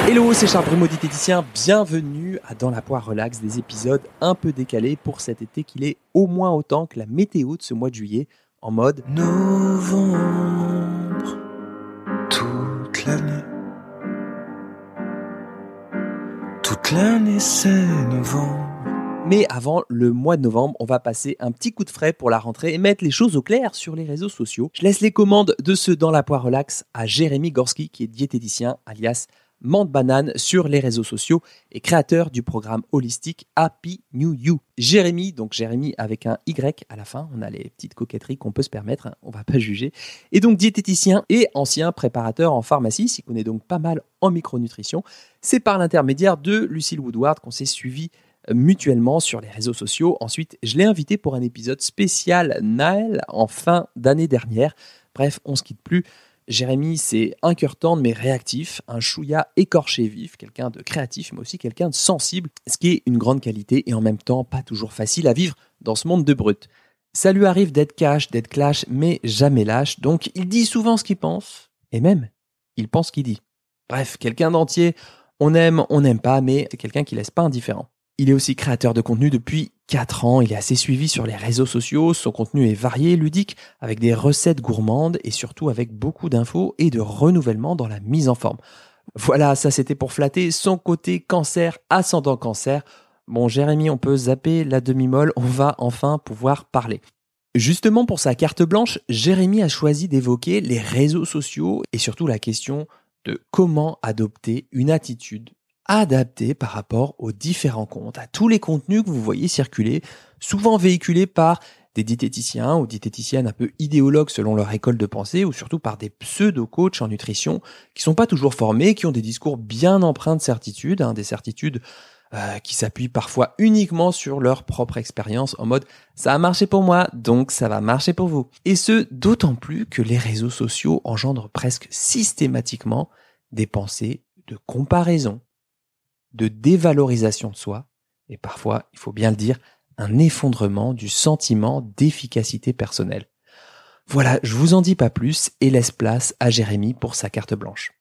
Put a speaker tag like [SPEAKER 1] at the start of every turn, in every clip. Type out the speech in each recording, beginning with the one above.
[SPEAKER 1] Hello, c'est Charles Brumeau, diététicien. Bienvenue à Dans la poire relax, des épisodes un peu décalés pour cet été qu'il est au moins autant que la météo de ce mois de juillet, en mode
[SPEAKER 2] novembre, toute l'année. Toute l'année c'est novembre.
[SPEAKER 1] Mais avant le mois de novembre, on va passer un petit coup de frais pour la rentrée et mettre les choses au clair sur les réseaux sociaux. Je laisse les commandes de ce Dans la poire relax à Jérémy Gorski, qui est diététicien, alias Mante Banane sur les réseaux sociaux et créateur du programme holistique Happy New You. Jérémy, donc Jérémy avec un Y à la fin, on a les petites coquetteries qu'on peut se permettre, hein, on va pas juger. Et donc diététicien et ancien préparateur en pharmacie, s'y connaît donc pas mal en micronutrition. C'est par l'intermédiaire de Lucille Woodward qu'on s'est suivi mutuellement sur les réseaux sociaux. Ensuite, je l'ai invité pour un épisode spécial Naël en fin d'année dernière. Bref, on se quitte plus. Jérémy, c'est un cœur tendre mais réactif, un chouïa écorché vif, quelqu'un de créatif mais aussi quelqu'un de sensible, ce qui est une grande qualité et en même temps pas toujours facile à vivre dans ce monde de brut. Ça lui arrive d'être cash, d'être clash, mais jamais lâche, donc il dit souvent ce qu'il pense, et même, il pense ce qu'il dit. Bref, quelqu'un d'entier, on aime, on n'aime pas, mais c'est quelqu'un qui laisse pas indifférent. Il est aussi créateur de contenu depuis 4 ans, il est assez suivi sur les réseaux sociaux, son contenu est varié et ludique, avec des recettes gourmandes et surtout avec beaucoup d'infos et de renouvellement dans la mise en forme. Voilà, ça c'était pour flatter son côté cancer, ascendant cancer. Bon Jérémy, on peut zapper la demi-molle, on va enfin pouvoir parler. Justement pour sa carte blanche, Jérémy a choisi d'évoquer les réseaux sociaux et surtout la question de comment adopter une attitude adapté par rapport aux différents comptes, à tous les contenus que vous voyez circuler, souvent véhiculés par des diététiciens ou diététiciennes un peu idéologues selon leur école de pensée, ou surtout par des pseudo-coachs en nutrition qui sont pas toujours formés, qui ont des discours bien empreints de certitude, des certitudes qui s'appuient parfois uniquement sur leur propre expérience, en mode « ça a marché pour moi, donc ça va marcher pour vous ». Et ce, d'autant plus que les réseaux sociaux engendrent presque systématiquement des pensées de comparaison, de dévalorisation de soi, et parfois, il faut bien le dire, un effondrement du sentiment d'efficacité personnelle. Voilà, je vous en dis pas plus et laisse place à Jérémy pour sa carte blanche.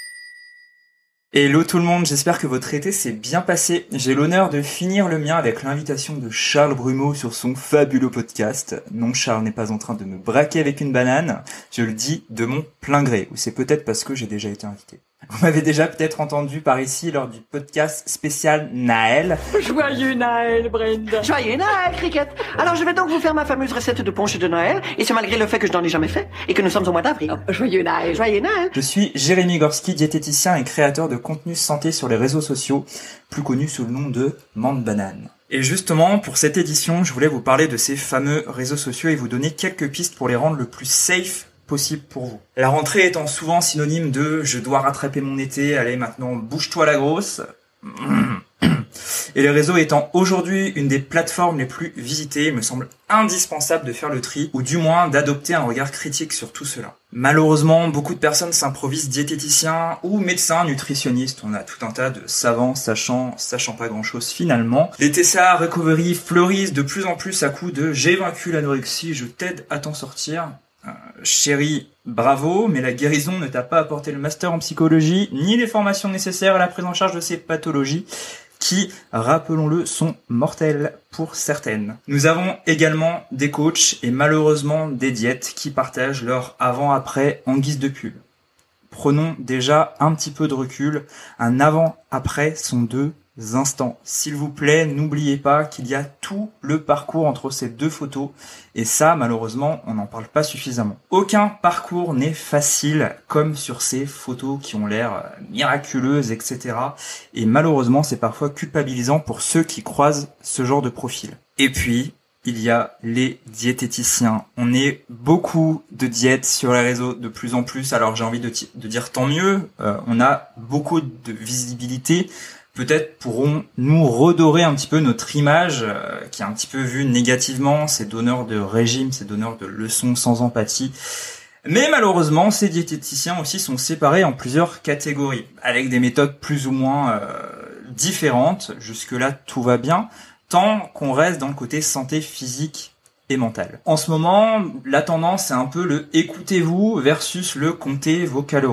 [SPEAKER 3] Hello tout le monde, j'espère que votre été s'est bien passé. J'ai l'honneur de finir le mien avec l'invitation de Charles Brumeau sur son fabuleux podcast. Non, Charles n'est pas en train de me braquer avec une banane, je le dis de mon plein gré, ou c'est peut-être parce que j'ai déjà été invité. Vous m'avez déjà peut-être entendu par ici lors du podcast spécial Naël.
[SPEAKER 4] Joyeux Naël, Brenda.
[SPEAKER 5] Joyeux Noël, Cricket. Alors je vais donc vous faire ma fameuse recette de punch de Noël, et ce malgré le fait que je n'en ai jamais fait, et que nous sommes au mois d'avril.
[SPEAKER 4] Oh, joyeux Naël.
[SPEAKER 5] Joyeux Noël.
[SPEAKER 3] Je suis Jérémy Gorski, diététicien et créateur de contenu santé sur les réseaux sociaux, plus connu sous le nom de Mante Banane. Et justement, pour cette édition, je voulais vous parler de ces fameux réseaux sociaux et vous donner quelques pistes pour les rendre le plus safe possible pour vous. La rentrée étant souvent synonyme de « je dois rattraper mon été, allez maintenant bouge-toi la grosse ». Et les réseaux étant aujourd'hui une des plateformes les plus visitées, il me semble indispensable de faire le tri, ou du moins d'adopter un regard critique sur tout cela. Malheureusement, beaucoup de personnes s'improvisent diététiciens ou médecins, nutritionnistes, on a tout un tas de savants sachant pas grand-chose finalement. Les TCA Recovery fleurissent de plus en plus à coups de « j'ai vaincu l'anorexie, je t'aide à t'en sortir ». Chérie, bravo, mais la guérison ne t'a pas apporté le master en psychologie, ni les formations nécessaires à la prise en charge de ces pathologies qui, rappelons-le, sont mortelles pour certaines. Nous avons également des coachs et malheureusement des diètes qui partagent leur avant-après en guise de pub. Prenons déjà un petit peu de recul, un avant-après sont deux instants. S'il vous plaît, n'oubliez pas qu'il y a tout le parcours entre ces deux photos et ça, malheureusement, on n'en parle pas suffisamment. Aucun parcours n'est facile comme sur ces photos qui ont l'air miraculeuses, etc. Et malheureusement, c'est parfois culpabilisant pour ceux qui croisent ce genre de profil. Et puis, il y a les diététiciens. On est beaucoup de diètes sur les réseaux de plus en plus, alors j'ai envie de dire tant mieux, on a beaucoup de visibilité. Peut-être pourrons-nous redorer un petit peu notre image qui est un petit peu vue négativement, ces donneurs de régime, ces donneurs de leçons sans empathie. Mais malheureusement, ces diététiciens aussi sont séparés en plusieurs catégories, avec des méthodes plus ou moins différentes. Jusque-là, tout va bien, tant qu'on reste dans le côté santé physique et mentale. En ce moment, la tendance, c'est un peu le « écoutez-vous » versus le « comptez vos calories ».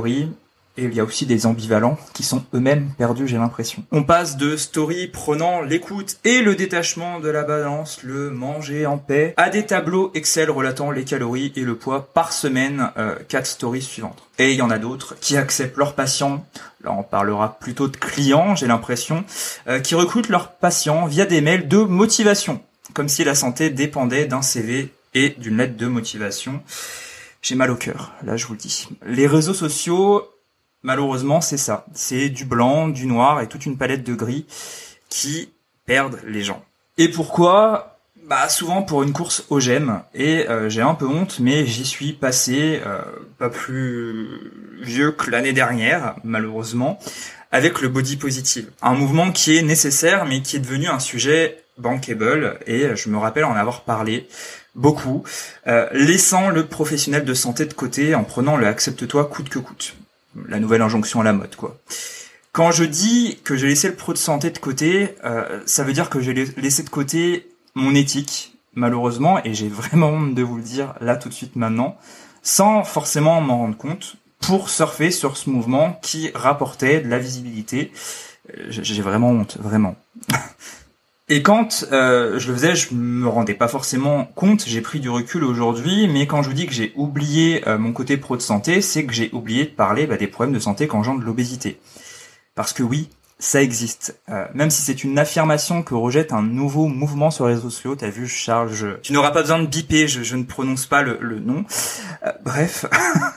[SPEAKER 3] Et il y a aussi des ambivalents qui sont eux-mêmes perdus, j'ai l'impression. On passe de stories prônant l'écoute et le détachement de la balance, le manger en paix, à des tableaux Excel relatant les calories et le poids par semaine, 4 stories suivantes. Et il y en a d'autres qui acceptent leurs patients, là on parlera plutôt de clients, j'ai l'impression, qui recrutent leurs patients via des mails de motivation, comme si la santé dépendait d'un CV et d'une lettre de motivation. J'ai mal au cœur, là je vous le dis. Les réseaux sociaux, malheureusement, c'est ça. C'est du blanc, du noir et toute une palette de gris qui perdent les gens. Et pourquoi ? Souvent pour une course au j'aime. Et j'ai un peu honte, mais j'y suis passé pas plus vieux que l'année dernière, malheureusement, avec le body positive. Un mouvement qui est nécessaire, mais qui est devenu un sujet bankable. Et je me rappelle en avoir parlé beaucoup, laissant le professionnel de santé de côté en prenant le « accepte-toi coûte que coûte ». La nouvelle injonction à la mode, quoi. Quand je dis que j'ai laissé le pro de santé de côté, ça veut dire que j'ai laissé de côté mon éthique, malheureusement, et j'ai vraiment honte de vous le dire là tout de suite maintenant, sans forcément m'en rendre compte, pour surfer sur ce mouvement qui rapportait de la visibilité. J'ai vraiment honte, vraiment. Et quand je le faisais, je me rendais pas forcément compte, j'ai pris du recul aujourd'hui, mais quand je vous dis que j'ai oublié mon côté pro de santé, c'est que j'ai oublié de parler des problèmes de santé qu'engendre l'obésité. Parce que oui, ça existe. Même si c'est une affirmation que rejette un nouveau mouvement sur les réseaux sociaux, t'as vu Charles, tu n'auras pas besoin de biper, je ne prononce pas le nom. Bref...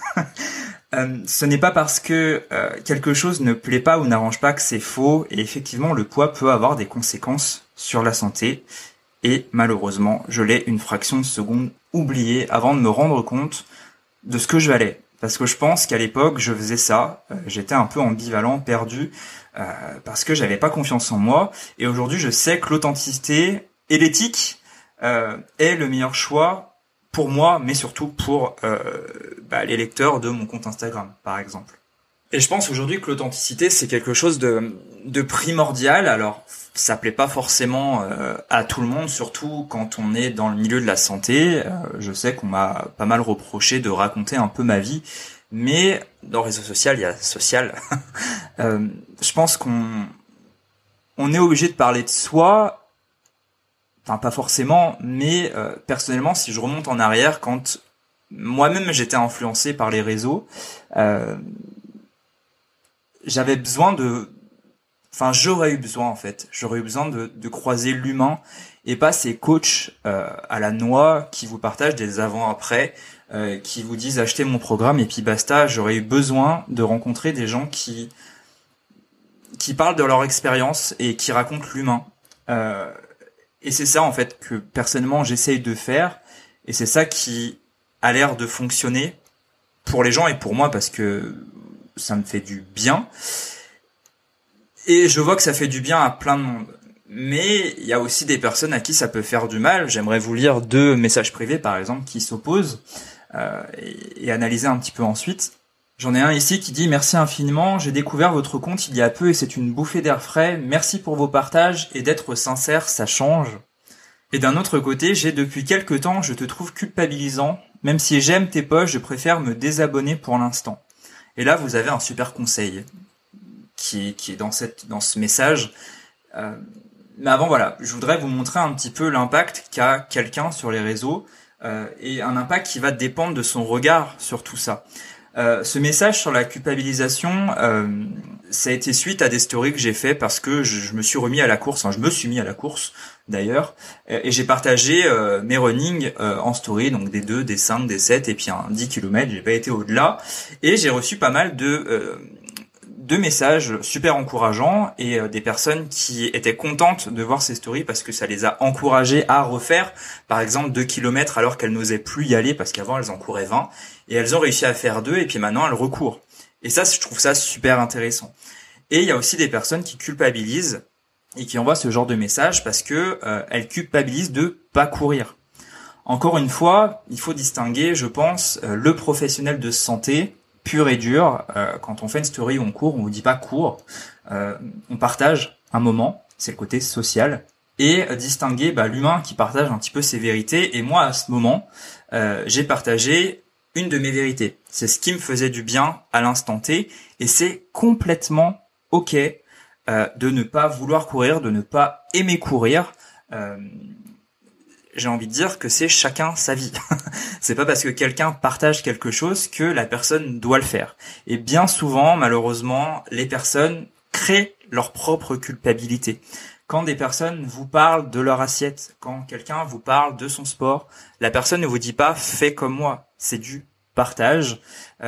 [SPEAKER 3] ce n'est pas parce que quelque chose ne plaît pas ou n'arrange pas que c'est faux, et effectivement le poids peut avoir des conséquences sur la santé, et malheureusement je l'ai une fraction de seconde oublié avant de me rendre compte de ce que je valais, parce que je pense qu'à l'époque je faisais ça, j'étais un peu ambivalent, perdu, parce que j'avais pas confiance en moi, et aujourd'hui je sais que l'authenticité et l'éthique est le meilleur choix pour moi, mais surtout pour les lecteurs de mon compte Instagram, par exemple. Et je pense aujourd'hui que l'authenticité, c'est quelque chose de primordial. Alors, ça plaît pas forcément à tout le monde, surtout quand on est dans le milieu de la santé. Je sais qu'on m'a pas mal reproché de raconter un peu ma vie, mais dans le réseau social, il y a social. Je pense qu'on est obligé de parler de soi. Enfin, pas forcément, mais personnellement, si je remonte en arrière, quand moi-même j'étais influencé par les réseaux, j'aurais eu besoin de croiser l'humain et pas ces coachs à la noix qui vous partagent des avant-après, qui vous disent achetez mon programme et puis basta. J'aurais eu besoin de rencontrer des gens qui parlent de leur expérience et qui racontent l'humain. Et c'est ça en fait que personnellement j'essaye de faire, et c'est ça qui a l'air de fonctionner pour les gens et pour moi, parce que ça me fait du bien. Et je vois que ça fait du bien à plein de monde. Mais il y a aussi des personnes à qui ça peut faire du mal. J'aimerais vous lire 2 messages privés par exemple qui s'opposent et analyser un petit peu ensuite. J'en ai un ici qui dit « Merci infiniment, j'ai découvert votre compte il y a peu et c'est une bouffée d'air frais. Merci pour vos partages et d'être sincère, ça change. » Et d'un autre côté, j'ai « Depuis quelque temps, je te trouve culpabilisant. Même si j'aime tes posts, je préfère me désabonner pour l'instant. » Et là, vous avez un super conseil qui est dans ce message. Mais avant, voilà, je voudrais vous montrer un petit peu l'impact qu'a quelqu'un sur les réseaux et un impact qui va dépendre de son regard sur tout ça. Ce message sur la culpabilisation, ça a été suite à des stories que j'ai fait parce que je me suis remis à la course, je me suis mis à la course d'ailleurs, et j'ai partagé mes runnings en story, donc des 2, des 5, des 7 et puis un 10 km, j'ai pas été au-delà, et j'ai reçu pas mal de messages super encourageants et des personnes qui étaient contentes de voir ces stories parce que ça les a encouragées à refaire, par exemple 2 km alors qu'elles n'osaient plus y aller parce qu'avant elles en couraient 20 et elles ont réussi à faire 2 et puis maintenant elles recourent. Et ça, je trouve ça super intéressant. Et il y a aussi des personnes qui culpabilisent et qui envoient ce genre de messages parce que elles culpabilisent de pas courir. Encore une fois, il faut distinguer, je pense, le professionnel de santé pur et dur. Quand on fait une story où on court, on vous dit pas cours, on partage un moment, c'est le côté social, et distinguer l'humain qui partage un petit peu ses vérités. Et moi, à ce moment, j'ai partagé une de mes vérités. C'est ce qui me faisait du bien à l'instant T, et c'est complètement ok de ne pas vouloir courir, de ne pas aimer courir. J'ai envie de dire que c'est chacun sa vie. C'est pas parce que quelqu'un partage quelque chose que la personne doit le faire. Et bien souvent, malheureusement, les personnes créent leur propre culpabilité. Quand des personnes vous parlent de leur assiette, quand quelqu'un vous parle de son sport, la personne ne vous dit pas « fais comme moi ». C'est du partage.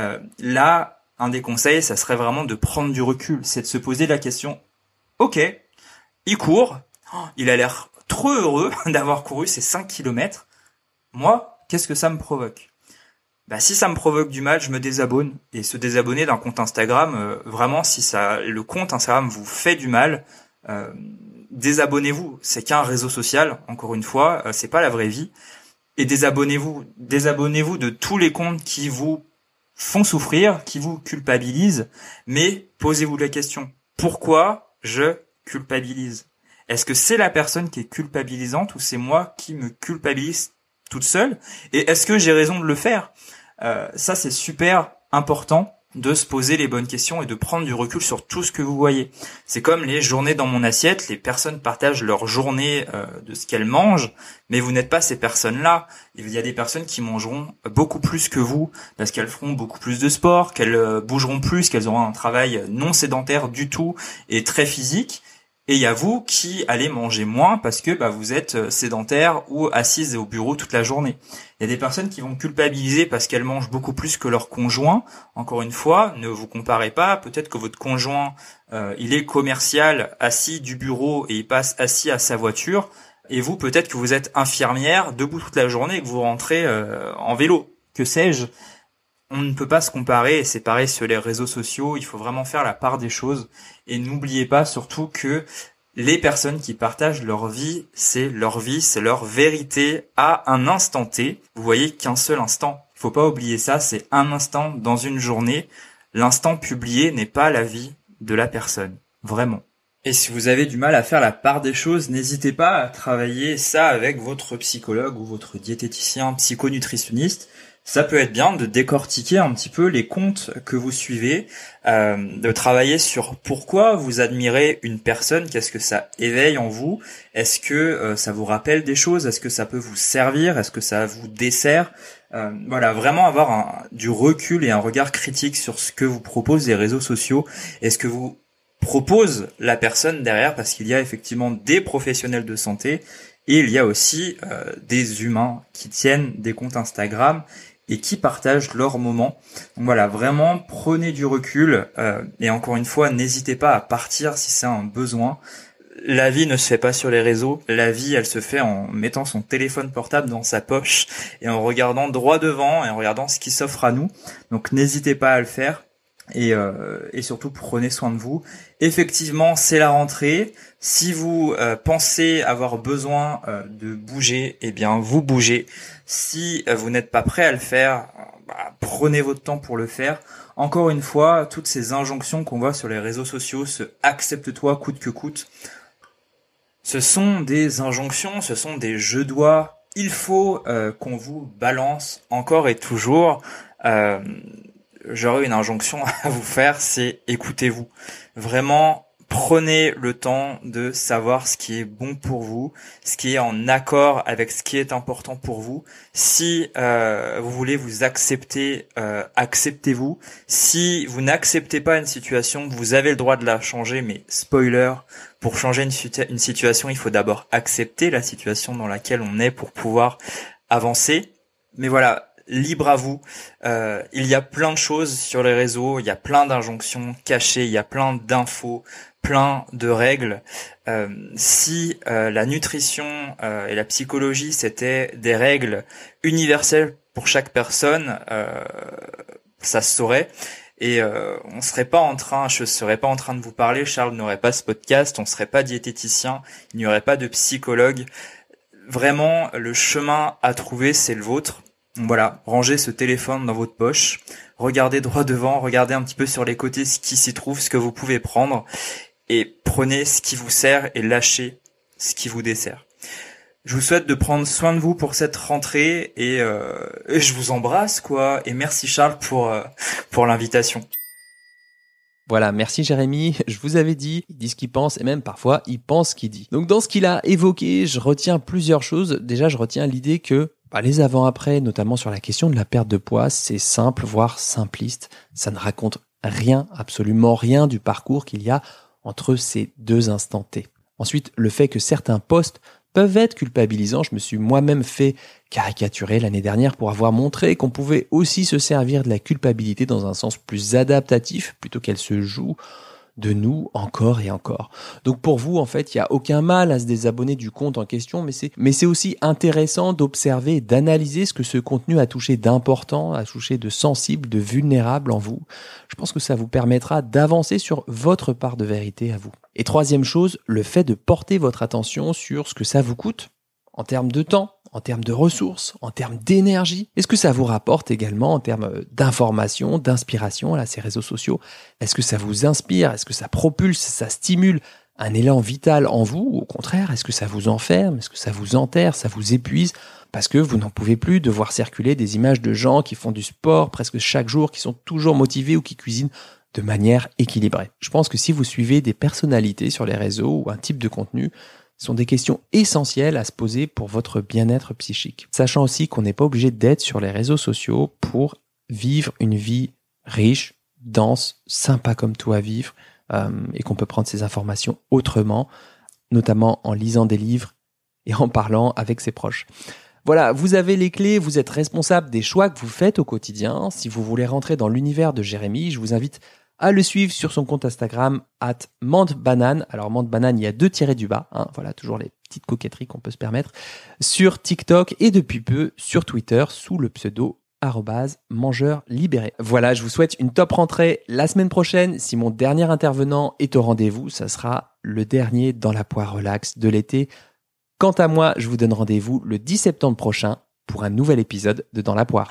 [SPEAKER 3] Là, un des conseils, ça serait vraiment de prendre du recul. C'est de se poser la question « ok, il court, il a l'air trop heureux d'avoir couru ces 5 kilomètres. Moi, qu'est-ce que ça me provoque ? Si ça me provoque du mal, je me désabonne. Et se désabonner d'un compte Instagram, vraiment, si le compte Instagram vous fait du mal, désabonnez-vous. C'est qu'un réseau social, encore une fois, c'est pas la vraie vie. Et désabonnez-vous de tous les comptes qui vous font souffrir, qui vous culpabilisent. Mais posez-vous la question, pourquoi je culpabilise ? Est-ce que c'est la personne qui est culpabilisante ou c'est moi qui me culpabilise toute seule ? Et est-ce que j'ai raison de le faire ? Ça, c'est super important de se poser les bonnes questions et de prendre du recul sur tout ce que vous voyez. C'est comme les journées dans mon assiette, les personnes partagent leur journée de ce qu'elles mangent, mais vous n'êtes pas ces personnes-là. Il y a des personnes qui mangeront beaucoup plus que vous parce qu'elles feront beaucoup plus de sport, qu'elles bougeront plus, qu'elles auront un travail non sédentaire du tout et très physique. Et il y a vous qui allez manger moins parce que vous êtes sédentaire ou assise au bureau toute la journée. Il y a des personnes qui vont culpabiliser parce qu'elles mangent beaucoup plus que leur conjoint. Encore une fois, ne vous comparez pas. Peut-être que votre conjoint, il est commercial, assis du bureau et il passe assis à sa voiture. Et vous, peut-être que vous êtes infirmière, debout toute la journée et que vous rentrez en vélo. Que sais-je ? On ne peut pas se comparer et c'est pareil sur les réseaux sociaux. Il faut vraiment faire la part des choses. Et n'oubliez pas surtout que les personnes qui partagent leur vie, c'est leur vérité à un instant T. Vous voyez qu'un seul instant. Il faut pas oublier ça, c'est un instant dans une journée. L'instant publié n'est pas la vie de la personne. Vraiment. Et si vous avez du mal à faire la part des choses, n'hésitez pas à travailler ça avec votre psychologue ou votre diététicien, psychonutritionniste. Ça peut être bien de décortiquer un petit peu les comptes que vous suivez, de travailler sur pourquoi vous admirez une personne, qu'est-ce que ça éveille en vous, est-ce que ça vous rappelle des choses, est-ce que ça peut vous servir, est-ce que ça vous dessert, vraiment avoir du recul et un regard critique sur ce que vous proposent les réseaux sociaux et ce que vous propose la personne derrière, parce qu'il y a effectivement des professionnels de santé et il y a aussi des humains qui tiennent des comptes Instagram et qui partagent leurs moments. Donc voilà, vraiment prenez du recul et encore une fois, n'hésitez pas à partir si c'est un besoin. La vie ne se fait pas sur les réseaux, la vie elle se fait en mettant son téléphone portable dans sa poche et en regardant droit devant et en regardant ce qui s'offre à nous. Donc n'hésitez pas à le faire. Et surtout prenez soin de vous. Effectivement, c'est la rentrée. Si vous pensez avoir besoin de bouger, eh bien vous bougez. Si vous n'êtes pas prêt à le faire, prenez votre temps pour le faire. Encore une fois, toutes ces injonctions qu'on voit sur les réseaux sociaux, ce accepte-toi coûte que coûte, ce sont des injonctions, ce sont des je dois. Il faut qu'on vous balance encore et toujours. J'aurais une injonction à vous faire, c'est écoutez-vous. Vraiment, prenez le temps de savoir ce qui est bon pour vous, ce qui est en accord avec ce qui est important pour vous. Si vous voulez vous accepter, acceptez-vous. Si vous n'acceptez pas une situation, vous avez le droit de la changer, mais spoiler, pour changer une situation, il faut d'abord accepter la situation dans laquelle on est pour pouvoir avancer. Mais voilà, libre à vous. Il y a plein de choses sur les réseaux, il y a plein d'injonctions cachées, il y a plein d'infos, plein de règles. Si la nutrition et la psychologie c'était des règles universelles pour chaque personne, ça se saurait. Et je serais pas en train de vous parler, Charles n'aurait pas ce podcast, on serait pas diététicien, il n'y aurait pas de psychologue. Vraiment, le chemin à trouver, c'est le vôtre. Voilà, rangez ce téléphone dans votre poche, regardez droit devant, regardez un petit peu sur les côtés ce qui s'y trouve, ce que vous pouvez prendre, et prenez ce qui vous sert et lâchez ce qui vous dessert. Je vous souhaite de prendre soin de vous pour cette rentrée et je vous embrasse quoi. Et merci Charles pour l'invitation.
[SPEAKER 1] Voilà, merci Jérémy. Je vous avais dit, il dit ce qu'il pense et même parfois il pense ce qu'il dit. Donc dans ce qu'il a évoqué, je retiens plusieurs choses. Déjà, je retiens l'idée que les avant-après, notamment sur la question de la perte de poids, c'est simple, voire simpliste. Ça ne raconte rien, absolument rien du parcours qu'il y a entre ces deux instants T. Ensuite, le fait que certains posts peuvent être culpabilisants. Je me suis moi-même fait caricaturer l'année dernière pour avoir montré qu'on pouvait aussi se servir de la culpabilité dans un sens plus adaptatif plutôt qu'elle se joue de nous encore et encore. Donc pour vous, en fait, il n'y a aucun mal à se désabonner du compte en question, mais c'est aussi intéressant d'observer et d'analyser ce que ce contenu a touché d'important, a touché de sensible, de vulnérable en vous. Je pense que ça vous permettra d'avancer sur votre part de vérité à vous. Et troisième chose, le fait de porter votre attention sur ce que ça vous coûte en termes de temps, en termes de ressources, en termes d'énergie. Est-ce que ça vous rapporte également en termes d'information, d'inspiration à ces réseaux sociaux? Est-ce que ça vous inspire? Est-ce que ça propulse, ça stimule un élan vital en vous? Ou au contraire, est-ce que ça vous enferme? Est-ce que ça vous enterre? Ça vous épuise? Parce que vous n'en pouvez plus de voir circuler des images de gens qui font du sport presque chaque jour, qui sont toujours motivés ou qui cuisinent de manière équilibrée. Je pense que si vous suivez des personnalités sur les réseaux ou un type de contenu, ce sont des questions essentielles à se poser pour votre bien-être psychique. Sachant aussi qu'on n'est pas obligé d'être sur les réseaux sociaux pour vivre une vie riche, dense, sympa comme tout à vivre, et qu'on peut prendre ces informations autrement, notamment en lisant des livres et en parlant avec ses proches. Voilà, vous avez les clés, vous êtes responsable des choix que vous faites au quotidien. Si vous voulez rentrer dans l'univers de Jérémy, je vous invite à le suivre sur son compte Instagram @mandebanane. Alors mandebanane, il y a 2 tirets du bas, voilà, toujours les petites coquetteries qu'on peut se permettre. Sur TikTok et depuis peu sur Twitter sous le pseudo @mangeurlibéré. Voilà, je vous souhaite une top rentrée la semaine prochaine. Si mon dernier intervenant est au rendez-vous, ça sera le dernier dans la poire relax de l'été. Quant à moi, je vous donne rendez-vous le 10 septembre prochain pour un nouvel épisode de Dans la poire.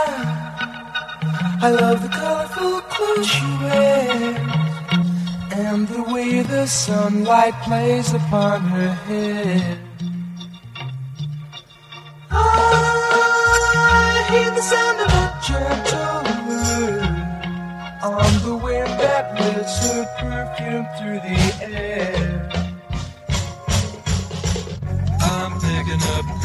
[SPEAKER 2] I love the colorful clothes she wears and the way the sunlight plays upon her head. I hear the sound of a gentle word on the wind that lifts her perfume through the air. I'm picking up